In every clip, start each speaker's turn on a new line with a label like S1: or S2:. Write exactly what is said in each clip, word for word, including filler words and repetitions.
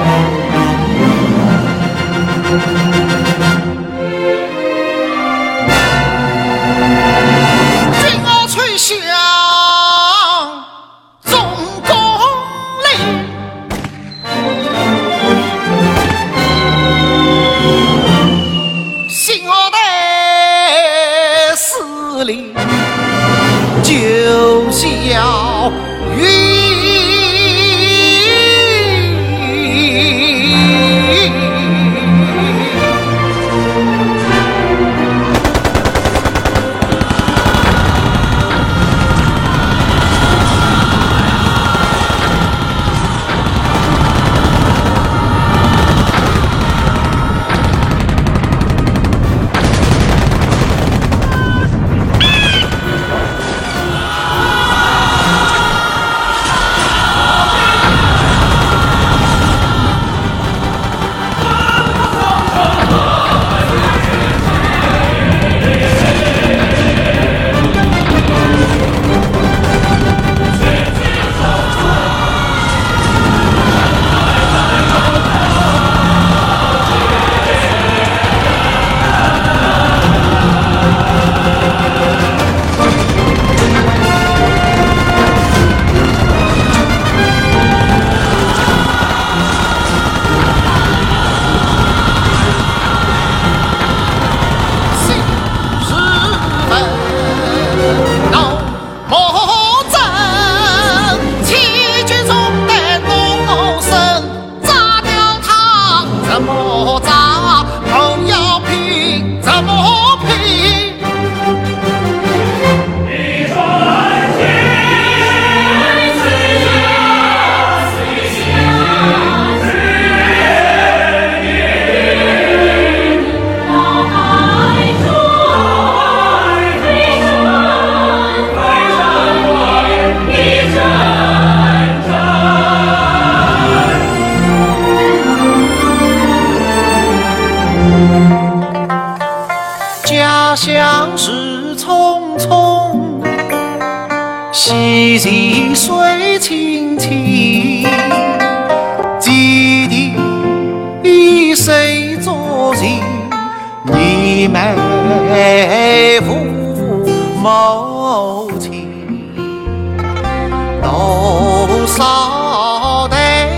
S1: 九霄云。家乡事匆匆，昔日水清清，记得谁昨日你眉抚眸情，多少代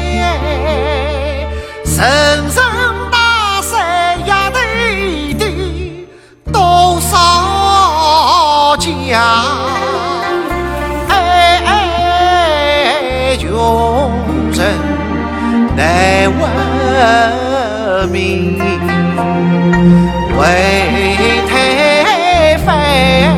S1: 生生大山呀对对，多少家哎哎穷人难闻名，为太妃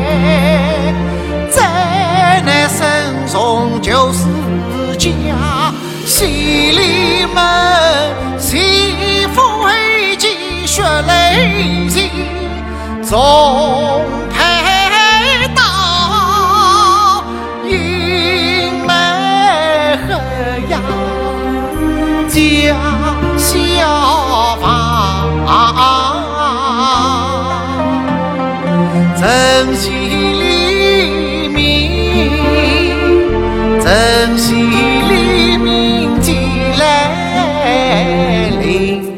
S1: 在那身中就是家，戏里们媳妇会积血泪尽，总陪到银门河呀家小房，珍惜黎明，珍惜黎明即来临。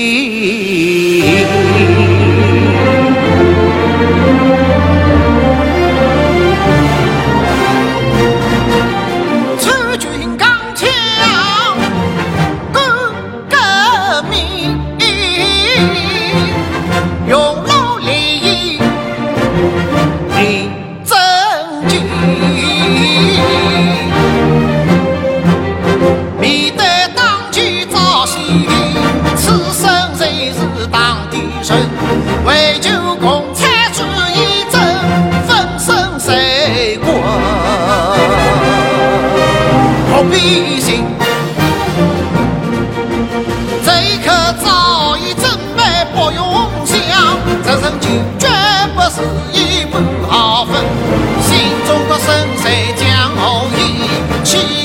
S1: 此军刚强更革命，用劳力力争取，必得当局早息，此生谁是当敌人？为救共产主义争，粉身碎骨何必信？这一刻早已准备不用想，这成就绝不是一步好分，心中的深水江后一起。